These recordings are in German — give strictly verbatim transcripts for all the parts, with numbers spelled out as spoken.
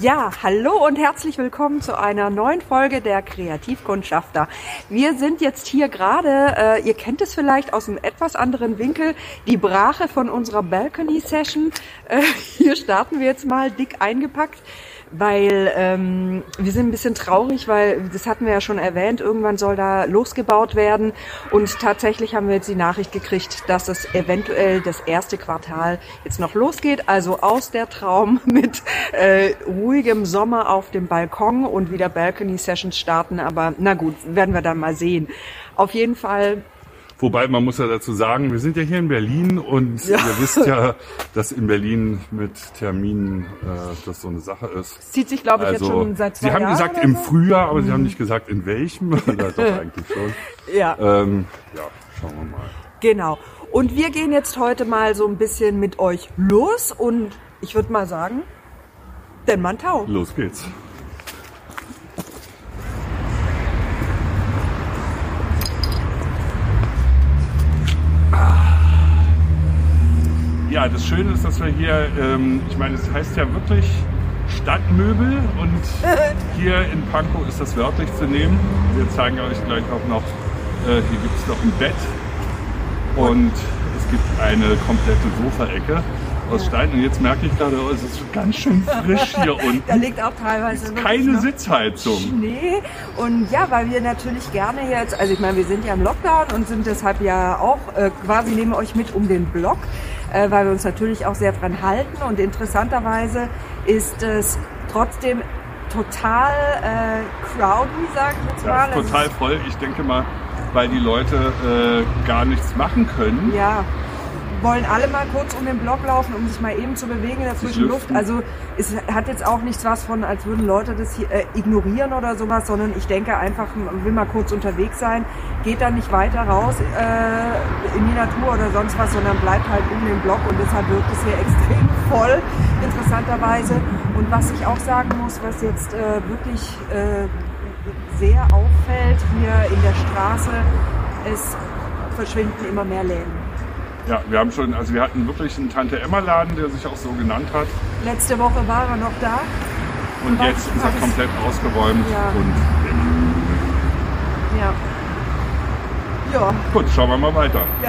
Ja, hallo und herzlich willkommen zu einer neuen Folge der Kreativkundschafter. Wir sind jetzt hier gerade, äh, ihr kennt es vielleicht aus einem etwas anderen Winkel, die Brache von unserer Balcony-Session. Äh, hier starten wir jetzt mal dick eingepackt, weil ähm, wir sind ein bisschen traurig, weil, das hatten wir ja schon erwähnt, irgendwann soll da losgebaut werden und tatsächlich haben wir jetzt die Nachricht gekriegt, dass es eventuell das erste Quartal jetzt noch losgeht, also aus der Traum mit äh, ruhigem Sommer auf dem Balkon und wieder Balcony-Sessions starten, aber na gut, werden wir dann mal sehen. Auf jeden Fall... Wobei, man muss ja dazu sagen, wir sind ja hier in Berlin und ja. Ihr wisst ja, dass in Berlin mit Terminen äh, das so eine Sache ist. Das zieht sich, glaube ich, also, jetzt schon seit zwei Sie haben Jahren gesagt oder im so? Frühjahr, aber mhm. Sie haben nicht gesagt in welchem. Oder doch eigentlich schon. Ja. Ähm, ja, schauen wir mal. Genau. Und wir gehen jetzt heute mal so ein bisschen mit euch los und ich würde mal sagen, denn man tau. Los geht's. Ja, das Schöne ist, dass wir hier, ähm, ich meine, es heißt ja wirklich Stadtmöbel und hier in Pankow ist das wörtlich zu nehmen. Wir zeigen euch gleich auch noch, äh, hier gibt es noch ein Bett und es gibt eine komplette Sofaecke aus Stein. Und jetzt merke ich gerade, oh, es ist ganz schön frisch hier unten. Da liegt auch teilweise keine Sitzheizung. Schnee. Und ja, weil wir natürlich gerne jetzt, also ich meine, wir sind ja im Lockdown und sind deshalb ja auch äh, quasi nehmen euch mit um den Block, äh, weil wir uns natürlich auch sehr dran halten. Und interessanterweise ist es trotzdem total äh, crowdy, sag ich jetzt mal. Ja, total voll. Ich denke mal, weil die Leute äh, gar nichts machen können. Ja. Wollen alle mal kurz um den Block laufen, um sich mal eben zu bewegen in der frischen Luft. Also es hat jetzt auch nichts was von, als würden Leute das hier äh, ignorieren oder sowas, sondern ich denke einfach, man will mal kurz unterwegs sein, geht dann nicht weiter raus äh, in die Natur oder sonst was, sondern bleibt halt um den Block und deshalb wirkt es hier extrem voll, interessanterweise. Und was ich auch sagen muss, was jetzt äh, wirklich äh, sehr auffällt hier in der Straße, es verschwinden immer mehr Läden. Ja, wir haben schon, also wir hatten wirklich einen Tante-Emma-Laden, der sich auch so genannt hat. Letzte Woche war er noch da. Und, und jetzt ist er komplett ausgeräumt ja. und weg. Ja. Ja. Gut, schauen wir mal weiter. Ja.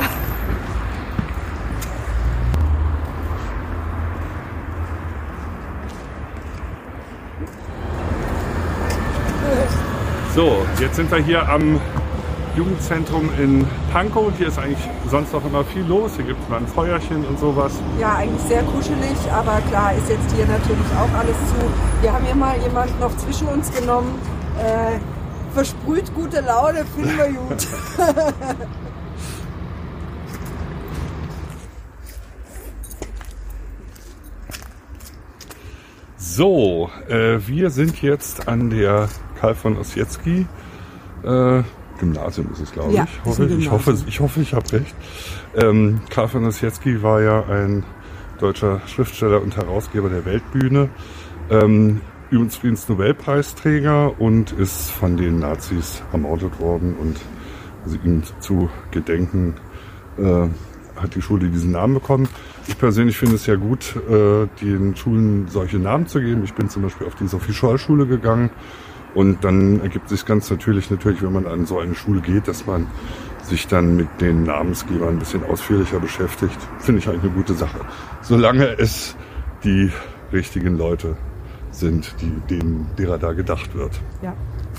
So, jetzt sind wir hier am Jugendzentrum in Pankow. Hier ist eigentlich sonst noch immer viel los. Hier gibt es mal ein Feuerchen und sowas. Ja, eigentlich sehr kuschelig, aber klar ist jetzt hier natürlich auch alles zu. Wir haben hier mal jemanden noch zwischen uns genommen. Äh, versprüht gute Laune, finden wir gut. So, äh, wir sind jetzt an der Karl von Ossietzky äh, Gymnasium ist es, glaube ja, ich. Hoffe, ich hoffe, ich hoffe, ich habe recht. Ähm, Karl von Ossietzky war ja ein deutscher Schriftsteller und Herausgeber der Weltbühne, ähm, übrigens Friedensnobelpreisträger und ist von den Nazis ermordet worden. Und also ihm zu gedenken äh, hat die Schule diesen Namen bekommen. Ich persönlich finde es ja gut, äh, den Schulen solche Namen zu geben. Ich bin zum Beispiel auf die Sophie-Scholl-Schule gegangen. Und dann ergibt sich ganz natürlich, natürlich, wenn man an so eine Schule geht, dass man sich dann mit den Namensgebern ein bisschen ausführlicher beschäftigt. Finde ich eigentlich eine gute Sache. Solange es die richtigen Leute sind, die, denen, derer da gedacht wird. Ja.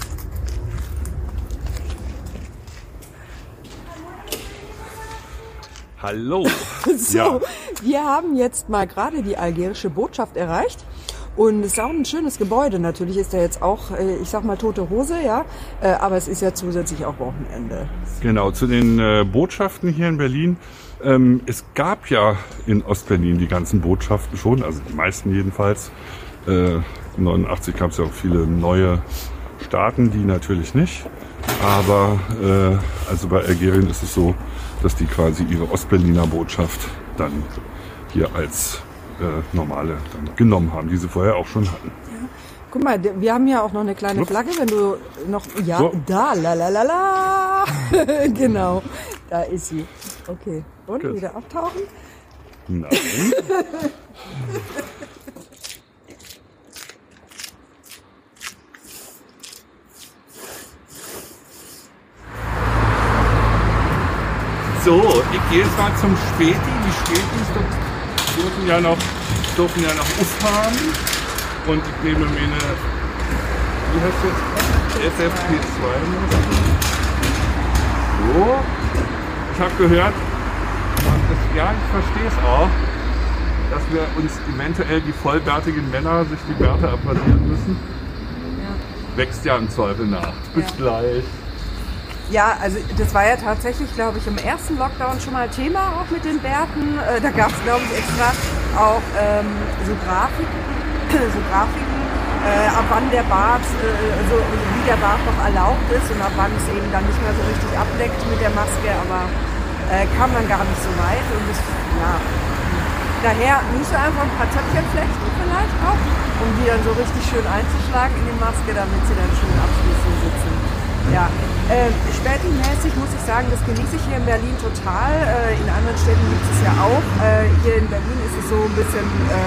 Hallo. So, ja. Wir haben jetzt mal gerade die algerische Botschaft erreicht. Und es ist auch ein schönes Gebäude. Natürlich ist da jetzt auch, ich sag mal, tote Hose, ja. Aber es ist ja zusätzlich auch Wochenende. Genau, zu den äh, Botschaften hier in Berlin. Ähm, es gab ja in Ostberlin die ganzen Botschaften schon, also die meisten jedenfalls. Äh, neunundachtzig gab es ja auch viele neue Staaten, die natürlich nicht. Aber äh, also bei Algerien ist es so, dass die quasi ihre Ostberliner Botschaft dann hier als Äh, normale dann genommen haben, die sie vorher auch schon hatten. Ja. Guck mal, wir haben ja auch noch eine kleine Flagge, wenn du noch, ja, so. Da, la la la la, genau, da ist sie. Okay, und Gut. Wieder abtauchen? Nein. ich gehe jetzt mal zum Späti. Die Spätis dürfen ja noch, dürfen ja noch auffahren. Und ich nehme mir eine, wie heißt das? S F P zwei. So. Ich habe gehört, das, ja, ich verstehe es auch, dass wir uns eventuell die vollbärtigen Männer sich die Bärte abrasieren müssen. Ja. Wächst ja im Zweifel nach. Bis ja. gleich. Ja, also das war ja tatsächlich, glaube ich, im ersten Lockdown schon mal Thema, auch mit den Bärten. Äh, da gab es, glaube ich, extra auch ähm, so Grafiken, so Grafiken äh, ab wann der Bart, äh, so, wie der Bart noch erlaubt ist und ab wann es eben dann nicht mehr so richtig abdeckt mit der Maske, aber äh, kam dann gar nicht so weit. Und das, ja, daher musst du einfach ein paar Töpfchen flechten vielleicht auch, um die dann so richtig schön einzuschlagen in die Maske, damit sie dann schön abschließend sitzen. Ja, äh, spätimäßig muss ich sagen, das genieße ich hier in Berlin total. Äh, in anderen Städten gibt es ja auch. Äh, hier in Berlin ist es so ein bisschen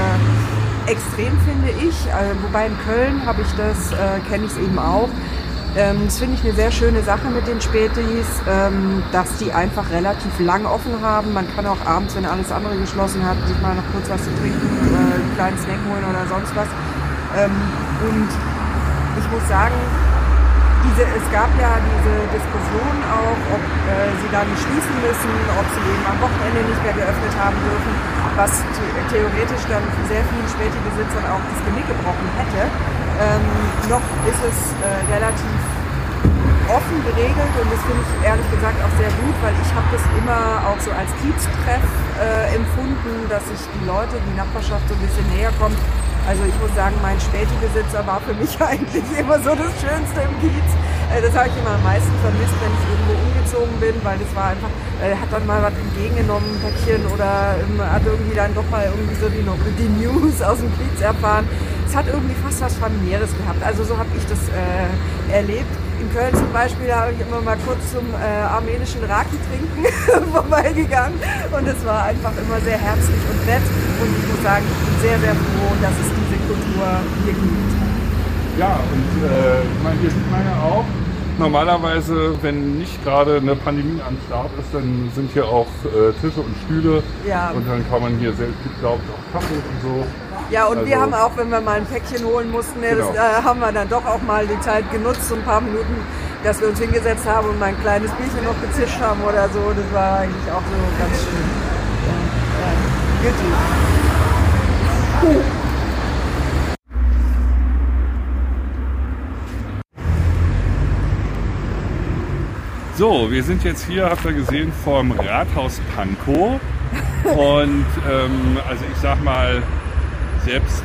äh, extrem, finde ich. Äh, wobei in Köln habe ich das, äh, kenne ich es eben auch. Ähm, das finde ich eine sehr schöne Sache mit den Spätis, ähm, dass die einfach relativ lang offen haben. Man kann auch abends, wenn alles andere geschlossen hat, sich mal noch kurz was zu trinken, äh, einen kleinen Snack holen oder sonst was. Ähm, und ich muss sagen, Diese, es gab ja diese Diskussion auch, ob äh, sie dann schließen müssen, ob sie eben am Wochenende nicht mehr geöffnet haben dürfen, was theoretisch dann sehr vielen Späti-Besitzern auch das Genick gebrochen hätte. Ähm, noch ist es äh, relativ offen geregelt und das finde ich ehrlich gesagt auch sehr gut, weil ich habe das immer auch so als Kieztreff äh, empfunden, dass sich die Leute, die Nachbarschaft so ein bisschen näher kommt. Also ich muss sagen, mein Späti-Besitzer war für mich eigentlich immer so das Schönste im Kiez. Das habe ich immer am meisten vermisst, wenn ich irgendwo umgezogen bin, weil das war einfach, er hat dann mal was entgegengenommen, ein Päckchen oder hat irgendwie dann doch mal irgendwie so die, die News aus dem Kiez erfahren. Es hat irgendwie fast was Familiäres gehabt. Also so habe ich das äh, erlebt. In Köln zum Beispiel habe ich immer mal kurz zum äh, armenischen Raki trinken vorbeigegangen und es war einfach immer sehr herzlich und nett und ich muss sagen, ich bin sehr, sehr froh, dass es diese Kultur hier gibt. Ja, und äh, ich meine, hier sieht man ja auch, normalerweise, wenn nicht gerade eine Pandemie am Start ist, dann sind hier auch äh, Tische und Stühle ja. und dann kann man hier selbst, glaube ich, auch Kaffee und so. Ja, und also, wir haben auch, wenn wir mal ein Päckchen holen mussten, genau. das, äh, haben wir dann doch auch mal die Zeit genutzt, so ein paar Minuten, dass wir uns hingesetzt haben und mal ein kleines Bierchen noch gezischt haben oder so. Das war eigentlich auch so ganz schön. Ja, ja. So, wir sind jetzt hier, habt ihr gesehen, vorm Rathaus Pankow. Und ähm, also ich sag mal, selbst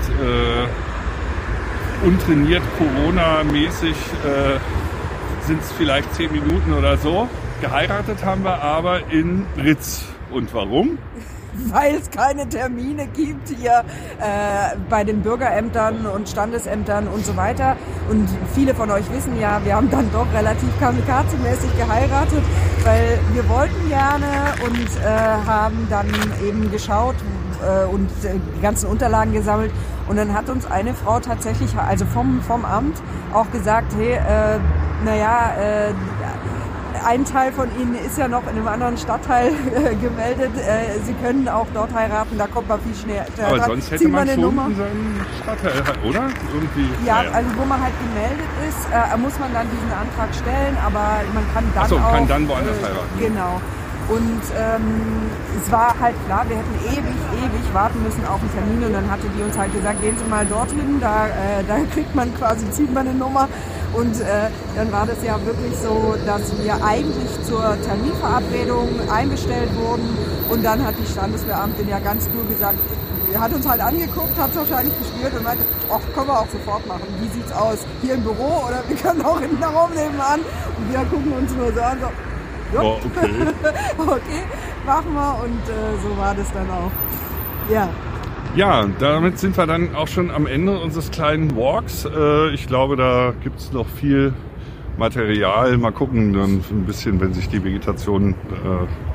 äh, untrainiert Corona-mäßig äh, sind es vielleicht zehn Minuten oder so. Geheiratet haben wir aber in Britz. Und warum? Weil es keine Termine gibt hier äh, bei den Bürgerämtern und Standesämtern und so weiter. Und viele von euch wissen ja, wir haben dann doch relativ kamikaze-mäßig geheiratet, weil wir wollten gerne und äh, haben dann eben geschaut äh, und äh, die ganzen Unterlagen gesammelt. Und dann hat uns eine Frau tatsächlich, also vom, vom Amt, auch gesagt, hey, äh, naja, äh, ein Teil von Ihnen ist ja noch in einem anderen Stadtteil äh, gemeldet. Äh, Sie können auch dort heiraten, da kommt man viel schneller. Aber dran. Sonst hätte man schon in seinem Stadtteil, oder? Irgendwie, ja, naja. Also wo man halt gemeldet ist, äh, muss man dann diesen Antrag stellen, aber man kann dann Ach so, auch... kann dann woanders äh, heiraten. Genau. Und ähm, es war halt klar, wir hätten ewig, ewig warten müssen auf einen Termin und dann hatte die uns halt gesagt, gehen Sie mal dorthin, da, äh, da kriegt man quasi, zieht man eine Nummer. Und äh, dann war das ja wirklich so, dass wir eigentlich zur Terminverabredung einbestellt wurden und dann hat die Standesbeamtin ja ganz cool gesagt, er hat uns halt angeguckt, hat es wahrscheinlich gespürt und meinte, ach, können wir auch sofort machen. Wie sieht's aus? Hier im Büro oder wir können auch in den Raum nebenan? Und wir gucken uns nur so an, so, ja, oh, okay. okay, machen wir und äh, so war das dann auch. Ja. Ja, damit sind wir dann auch schon am Ende unseres kleinen Walks. Ich glaube, da gibt es noch viel Material. Mal gucken, dann ein bisschen, wenn sich die Vegetation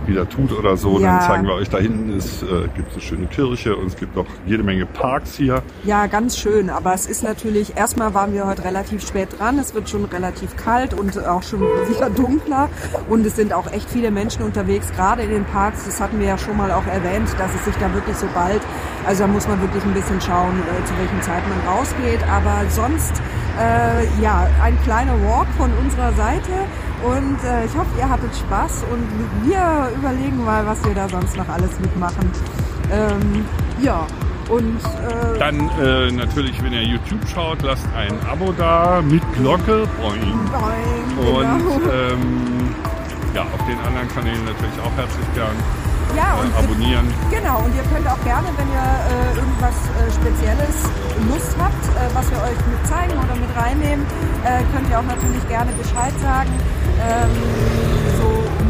wieder tut oder so, Ja. dann zeigen wir euch, da hinten ist, äh, gibt es eine schöne Kirche und es gibt auch jede Menge Parks hier. Ja, ganz schön. Aber es ist natürlich, erstmal waren wir heute relativ spät dran. Es wird schon relativ kalt und auch schon wieder dunkler. Und es sind auch echt viele Menschen unterwegs, gerade in den Parks. Das hatten wir ja schon mal auch erwähnt, dass es sich da wirklich so bald, also da muss man wirklich ein bisschen schauen, äh, zu welchen Zeiten man rausgeht. Aber sonst, äh, ja, ein kleiner Walk von unserer Seite. Und äh, ich hoffe, ihr hattet Spaß und wir überlegen mal, was wir da sonst noch alles mitmachen. Ähm, ja, und... Äh, Dann äh, natürlich, wenn ihr YouTube schaut, lasst ein Abo da mit Glocke. Boing. Boing, Und genau. ähm, ja, auf den anderen Kanälen natürlich auch herzlich gern Ja, und äh, abonnieren. Ihr, genau, und ihr könnt auch gerne, wenn ihr äh, irgendwas äh, Spezielles Lust habt, äh, was wir euch mit zeigen oder mit reinnehmen, äh, könnt ihr auch natürlich gerne Bescheid sagen. Ähm, so,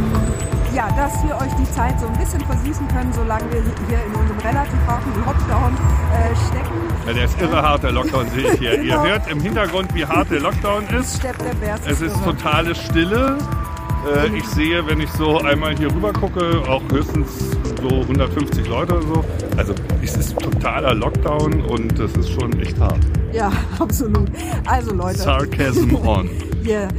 mh, ja, dass wir euch die Zeit so ein bisschen versüßen können, solange wir hier in unserem relativ harten Lockdown äh, stecken. Ja, der ist irre hart, der Lockdown, sehe ich hier. Genau. Ihr hört im Hintergrund, wie hart der Lockdown ist. Steppt der Bär Es ist irre. totale Stille. Äh, ich sehe, wenn ich so einmal hier rüber gucke, auch höchstens so hundertfünfzig Leute oder so. Also es ist totaler Lockdown und das ist schon echt hart. Ja, absolut. Also Leute, Sarcasm on. hier,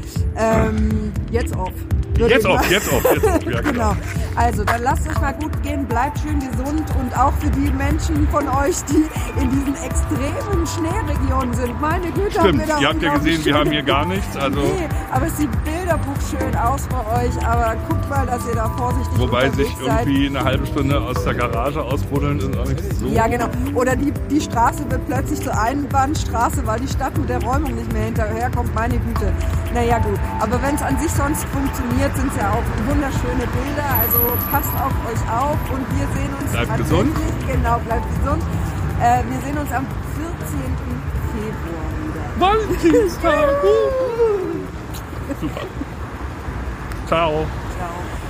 ähm, jetzt auf. Würde Jetzt ich auf, mal- jetzt auf, jetzt auf. Ja, Genau. Also, dann lasst euch mal gut gehen, bleibt schön gesund und auch für die Menschen von euch, die in diesen extremen Schneeregionen sind. Meine Güte, haben Stimmt, wir da ihr habt ja unglaublich gesehen, wir haben schöne- hier gar nichts. Also, Nee, aber es sieht bilderbuchschön aus bei euch, aber guckt mal, dass ihr da vorsichtig wobei unterwegs sich seid. irgendwie eine halbe Stunde aus der Garage ausbuddeln ist auch nicht so. Ja, genau. Oder die, die Straße wird plötzlich zur Einbahnstraße, weil die Stadt mit der Räumung nicht mehr hinterherkommt. Meine Güte. Naja, gut. Aber wenn es an sich sonst funktioniert, sind es ja auch wunderschöne Bilder. Also passt auf euch auf und wir sehen uns Bleibt tatsächlich- gesund. Genau, bleibt gesund. Äh, wir sehen uns am vierzehnten Februar wieder. Valentinstag! Super. Ciao. Ciao.